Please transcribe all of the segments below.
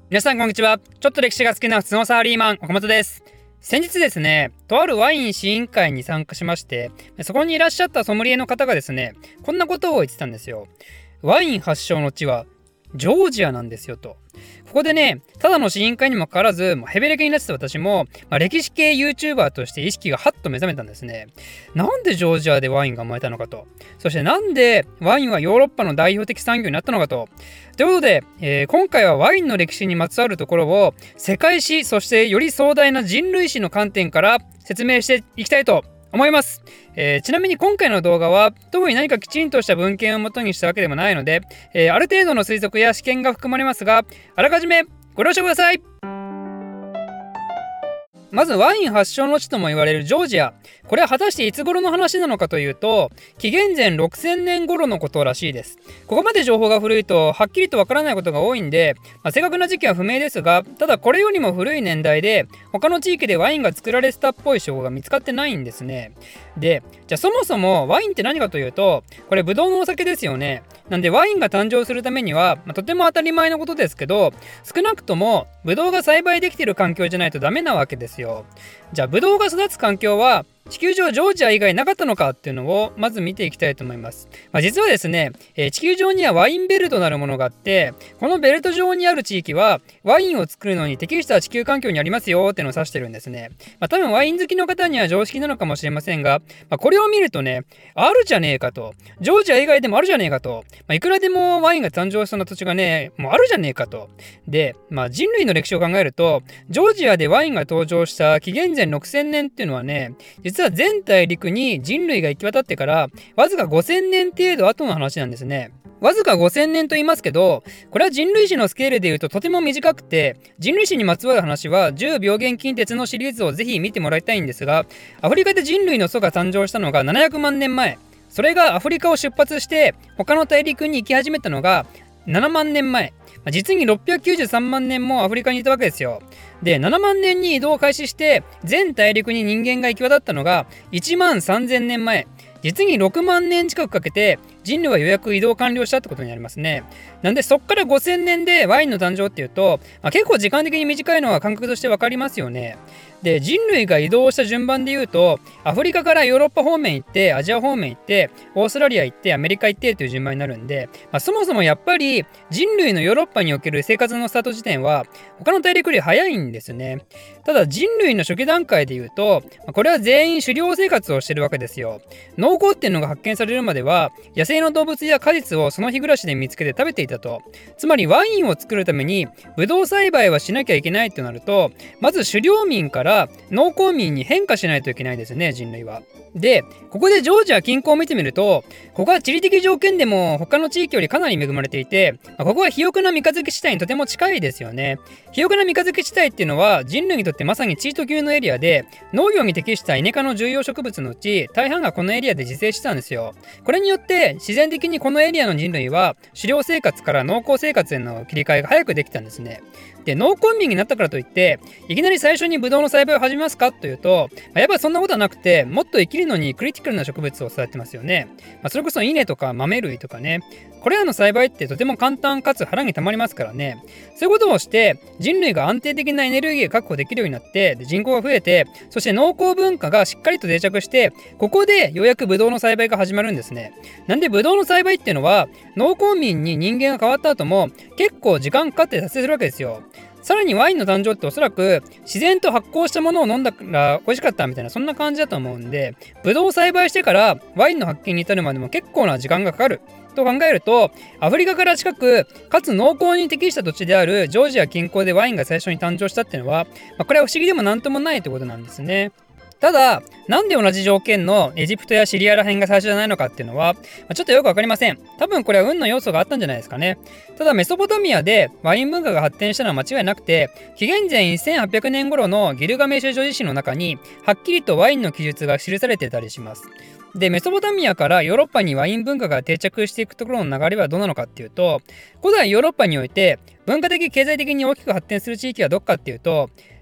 皆さんこんにちは。ちょっと歴史が好きな普通のサラリーマン岡本です。先日ですね、とあるワイン試飲会に参加しまして、そこにいらっしゃったソムリエの方がですね、こんなことを言ってたんですよ。ワイン発祥の地はジョージアなんですよと。ここでね、ただの試飲会にもかかわらず、ヘベレケになってた私も、歴史系 YouTuber として意識がハッと目覚めたんですね。なんでジョージアでワインが生まれたのかと。そしてなんでワインはヨーロッパの代表的産業になったのかと。ということで、今回はワインの歴史にまつわるところを世界史、そしてより壮大な人類史の観点から説明していきたいと思います。ちなみに今回の動画は特に何かきちんとした文献を元にしたわけでもないので、ある程度の推測や試験が含まれますが、あらかじめご了承ください。まずワイン発祥の地とも言われるジョージア。これは果たしていつ頃の話なのかというと、紀元前6000年頃のことらしいです。ここまで情報が古いとはっきりとわからないことが多いんで、正確な時期は不明ですが、ただこれよりも古い年代で他の地域でワインが作られてたっぽい証拠が見つかってないんですね。で、じゃあそもそもワインって何かというと、これブドウのお酒ですよね。なんでワインが誕生するためには、とても当たり前のことですけど、少なくともブドウが栽培できている環境じゃないとダメなわけですよ。じゃあブドウが育つ環境は地球上ジョージア以外なかったのかっていうのをまず見ていきたいと思います。実はですね、地球上にはワインベルトなるものがあって、このベルト上にある地域はワインを作るのに適した地球環境にありますよっていうのを指してるんですね。多分ワイン好きの方には常識なのかもしれませんが、これを見るとね、あるじゃねえかと。ジョージア以外でもあるじゃねえかと。いくらでもワインが誕生しそうな土地がね、もうあるじゃねえかと。で、人類の歴史を考えると、ジョージアでワインが登場した紀元前6000年っていうのはね、実は全大陸に人類が行き渡ってからわずか5000年程度後の話なんですね。わずか5000年と言いますけど、これは人類史のスケールで言うととても短くて、人類史にまつわる話は10病原菌鉄のシリーズをぜひ見てもらいたいんですが、アフリカで人類の祖が誕生したのが700万年前。それがアフリカを出発して他の大陸に行き始めたのが7万年前。実に693万年もアフリカにいたわけですよ。で、7万年に移動を開始して全大陸に人間が行き渡ったのが1万3000年前。実に6万年近くかけて人類はようやく移動完了したってことになりますね。なんでそっから5000年でワインの誕生っていうと、結構時間的に短いのは感覚として分かりますよね。で、人類が移動した順番で言うと、アフリカからヨーロッパ方面行って、アジア方面行って、オーストラリア行って、アメリカ行ってという順番になるんで、そもそもやっぱり人類のヨーロッパにおける生活のスタート時点は他の大陸より早いんですね。ただ人類の初期段階で言うと、これは全員狩猟生活をしてるわけですよ。農耕っていうのが発見されるまでは、野生の動物や果実をその日暮らしで見つけて食べていたと。つまりワインを作るためにブドウ栽培はしなきゃいけないってなると、まず狩猟民から農耕民に変化しないといけないですね、人類は。で、ここでジョージア近郊を見てみると、ここは地理的条件でも他の地域よりかなり恵まれていて、ここは肥沃な三日月地帯にとても近いですよね。肥沃な三日月地帯っていうのは人類にとってまさに地位特有のエリアで、農業に適したイネ科の重要植物のうち大半がこのエリアで自生してたんですよ。これによって自然的にこのエリアの人類は狩猟生活から農耕生活への切り替えが早くできたんですね。で、農耕民になったからといっていきなり最初にブドウの栽培を始めますかというと、やっぱりそんなことはなくて、もっと生きるのにクリティカルな植物を育ててますよね。それこそ稲とか豆類とかね、これらの栽培ってとても簡単かつ腹にたまりますからね。そういうことをして人類が安定的なエネルギーが確保できるようになって、人口が増えて、そして農耕文化がしっかりと定着して、ここでようやくブドウの栽培が始まるんですね。なんでブドウの栽培っていうのは農耕民に人間が変わった後も結構時間かかって達成するわけですよ。さらにワインの誕生っておそらく自然と発酵したものを飲んだから美味しかったみたいな、そんな感じだと思うんで、ブドウを栽培してからワインの発見に至るまでも結構な時間がかかると考えると、アフリカから近くかつ農耕に適した土地であるジョージア近郊でワインが最初に誕生したっていうのは、これは不思議でもなんともないってことなんですね。ただ、なんで同じ条件のエジプトやシリアら辺が最初じゃないのかっていうのは、ちょっとよくわかりません。多分これは運の要素があったんじゃないですかね。ただメソポタミアでワイン文化が発展したのは間違いなくて、紀元前1800年頃のギルガメシュ叙事詩の中にはっきりとワインの記述が記されてたりします。で、メソポタミアからヨーロッパにワイン文化が定着していくところの流れはどうなのかっていうと、古代ヨーロッパにおいて文化的経済的に大きく発展する地域はどっかっていうと、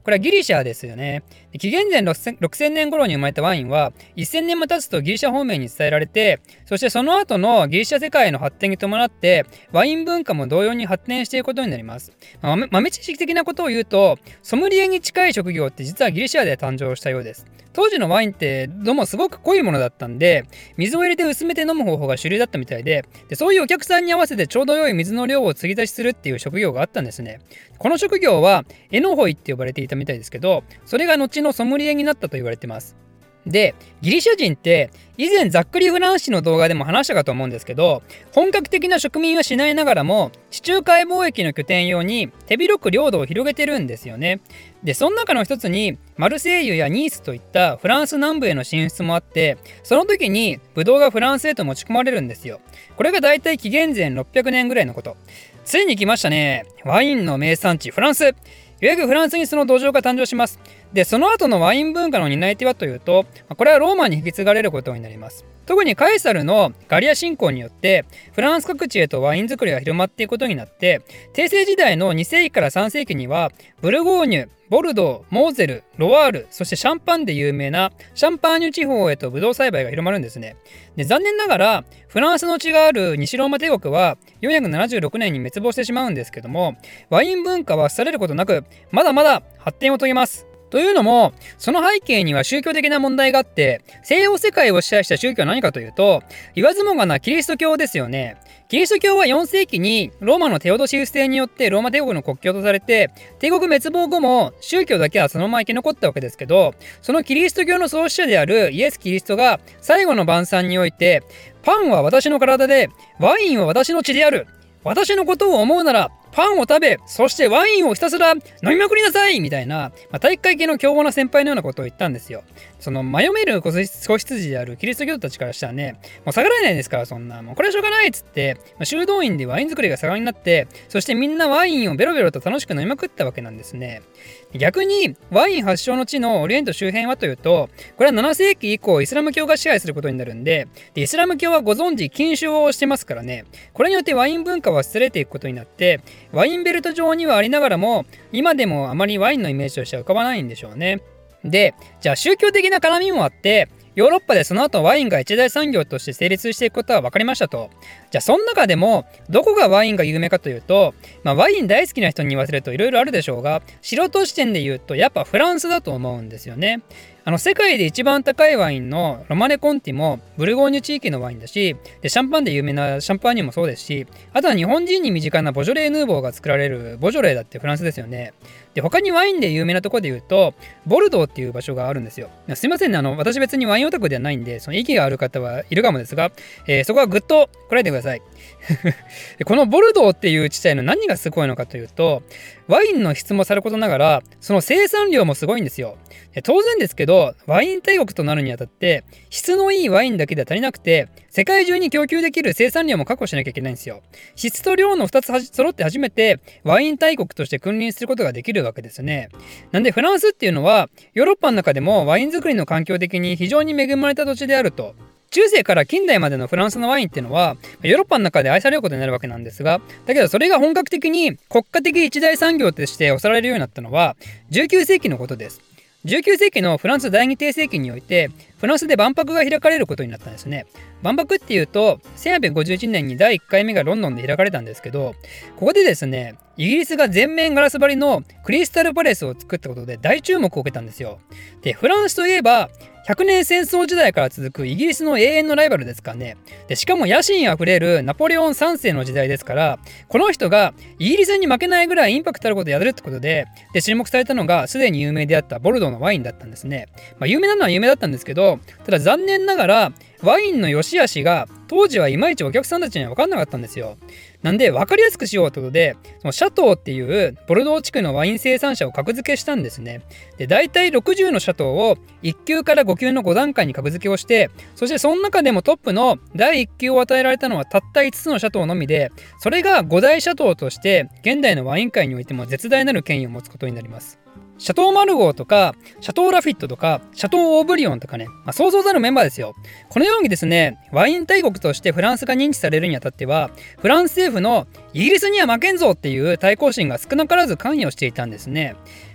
これはギリシャですよね。紀元前6000年頃に生まれたワインは1000年も経つとギリシャ方面に伝えられて、そしてその後のギリシャ世界の発展に伴ってワイン文化も同様に発展していくことになります。豆知識的なことを言うと、ソムリエに近い職業って実はギリシャで誕生したようです。当時のワインってどうもすごく濃いものだったんで、水を入れて薄めて飲む方法が主流だったみたいで、そういうお客さんに合わせてちょうど良い水の量を継ぎ足しするっていう職業があったんですね。この職業はエノホイって呼ばれていたみたいですけど、それが後のソムリエになったと言われてます。で、ギリシャ人って以前ざっくりフランス史の動画でも話したかと思うんですけど、本格的な植民はしないながらも地中海貿易の拠点用に手広く領土を広げてるんですよね。で、その中の一つにマルセイユやニースといったフランス南部への進出もあって、その時にブドウがフランスへと持ち込まれるんですよ。これがだいたい紀元前600年ぐらいのこと。ついに来ましたね。ワインの名産地フランス。ようやくフランスにその土壌が誕生します。で、その後のワイン文化の担い手はというと、これはローマに引き継がれることになります。特にカエサルのガリア侵攻によってフランス各地へとワイン作りが広まっていくことになって、帝政時代の2世紀から3世紀にはブルゴーニュ、ボルドー、モーゼル、ロワール、そしてシャンパンで有名なシャンパーニュ地方へとブドウ栽培が広まるんですね。で、残念ながらフランスの地がある西ローマ帝国は476年に滅亡してしまうんですけども、ワイン文化は廃れることなくまだまだ発展を遂げます。というのも、その背景には宗教的な問題があって、西洋世界を支配した宗教は何かというと、言わずもがなキリスト教ですよね。キリスト教は4世紀にローマのテオドシウス帝によってローマ帝国の国教とされて、帝国滅亡後も宗教だけはそのまま生き残ったわけですけど、そのキリスト教の創始者であるイエス・キリストが最後の晩餐において、パンは私の体で、ワインは私の血である。私のことを思うならパンを食べ、そしてワインをひたすら飲みまくりなさいみたいな、体育会系の凶暴な先輩のようなことを言ったんですよ。その迷める子羊であるキリスト教徒たちからしたらね、もう下がらないですから、そんなもうこれはしょうがないっつって、修道院でワイン作りが盛んになって、そしてみんなワインをベロベロと楽しく飲みまくったわけなんですね。逆にワイン発祥の地のオリエント周辺はというと、これは7世紀以降イスラム教が支配することになるんで、イスラム教はご存知禁酒をしてますからね、これによってワイン文化は捨てられていくことになって、ワインベルト上にはありながらも今でもあまりワインのイメージとしては浮かばないんでしょうね。で、じゃあ宗教的な絡みもあって、ヨーロッパでその後ワインが一大産業として成立していくことは分かりましたと。じゃあその中でもどこがワインが有名かというと、ワイン大好きな人に言わせるといろいろあるでしょうが、素人視点で言うとやっぱフランスだと思うんですよね。世界で一番高いワインのロマネコンティもブルゴーニュ地域のワインだし、でシャンパンで有名なシャンパーニュもそうですし、あとは日本人に身近なボジョレーヌーボーが作られるボジョレーだってフランスですよね。で、他にワインで有名なところで言うとボルドーっていう場所があるんですよ。すいませんね、私別にワインオタクではないんで、その息がある方はいるかもですが、そこはぐっとこらえてください。このボルドーっていう地帯の何がすごいのかというと、ワインの質もさることながらその生産量もすごいんですよ。当然ですけど、ワイン大国となるにあたって質のいいワインだけでは足りなくて、世界中に供給できる生産量も確保しなきゃいけないんですよ。質と量の2つ揃って初めてワイン大国として君臨することができるわけですね。なんでフランスっていうのはヨーロッパの中でもワイン作りの環境的に非常に恵まれた土地であると。中世から近代までのフランスのワインっていうのはヨーロッパの中で愛されることになるわけなんですが、だけどそれが本格的に国家的一大産業として押されるようになったのは19世紀のことです。19世紀のフランス第二帝政期においてフランスで万博が開かれることになったんですね。万博っていうと1851年に第1回目がロンドンで開かれたんですけど、ここでですね、イギリスが全面ガラス張りのクリスタルパレスを作ったことで大注目を受けたんですよ。で、フランスといえば100年戦争時代から続くイギリスの永遠のライバルですからね。で、しかも野心あふれるナポレオン3世の時代ですから、この人がイギリスに負けないぐらいインパクトあることをやるってことで、注目されたのがすでに有名であったボルドーのワインだったんですね。有名なのは有名だったんですけど、ただ残念ながらワインの良し悪しが当時はいまいちお客さんたちには分かんなかったんですよ。なんで分かりやすくしようということで、そのシャトーっていうボルドー地区のワイン生産者を格付けしたんですね。で、大体60のシャトーを1級から5級の5段階に格付けをして、そしてその中でもトップの第1級を与えられたのはたった5つのシャトーのみで、それが5大シャトーとして現代のワイン界においても絶大なる権威を持つことになります。シャトーマルゴーとかシャトーラフィットとかシャトーオーブリオンとかね、想像ざるメンバーですよ。このようにですね、ワイン大国としてフランスが認知されるにあたっては、フランス政府のイギリスには負けんぞっていう対抗心が少なからず関与していたんですね。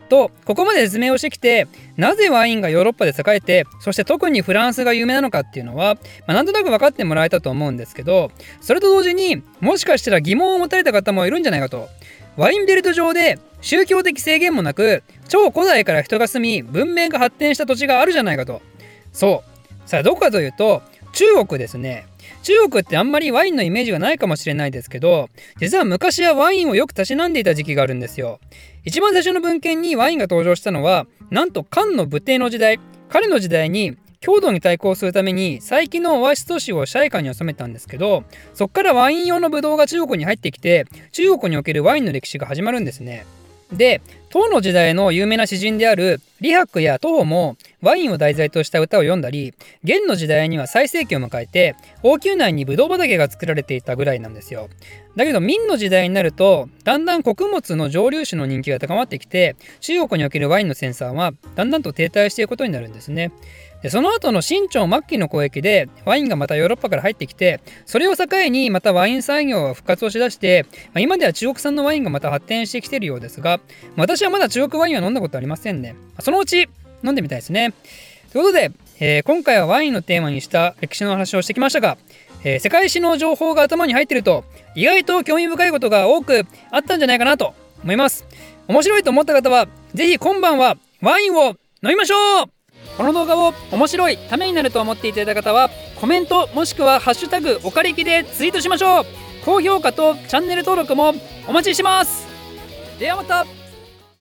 とここまで説明をしてきて、なぜワインがヨーロッパで栄えて、そして特にフランスが有名なのかっていうのは、なんとなく分かってもらえたと思うんですけど、それと同時にもしかしたら疑問を持たれた方もいるんじゃないかと。ワインベルト上で宗教的制限もなく超古代から人が住み文明が発展した土地があるじゃないかと。そうさあ、どこかというと中国ですね。中国ってあんまりワインのイメージがないかもしれないですけど、実は昔はワインをよくたしなんでいた時期があるんですよ。一番最初の文献にワインが登場したのはなんと漢の武帝の時代。彼の時代に強度に対抗するために最近のオアシス都市を支配下に収めたんですけど、そこからワイン用のブドウが中国に入ってきて、中国におけるワインの歴史が始まるんですね。で、唐の時代の有名な詩人である李白や杜甫もワインを題材とした歌を読んだり、元の時代には最盛期を迎えて王宮内にブドウ畑が作られていたぐらいなんですよ。だけど明の時代になるとだんだん穀物の蒸留酒の人気が高まってきて、中国におけるワインの生産はだんだんと停滞していくことになるんですね。でその後の清朝末期の交易でワインがまたヨーロッパから入ってきて、それを境にまたワイン産業が復活をしだして、今では中国産のワインがまた発展してきているようですが、私はまだ中国ワインは飲んだことありませんね。そのうち飲んでみたいですね。ということで、今回はワインのテーマにした歴史の話をしてきましたが、世界史の情報が頭に入っていると意外と興味深いことが多くあったんじゃないかなと思います。面白いと思った方はぜひ今晩はワインを飲みましょう。この動画を面白い、ためになると思っていただいた方はコメントもしくはハッシュタグおかりきでツイートしましょう。高評価とチャンネル登録もお待ちしてます。ではまた。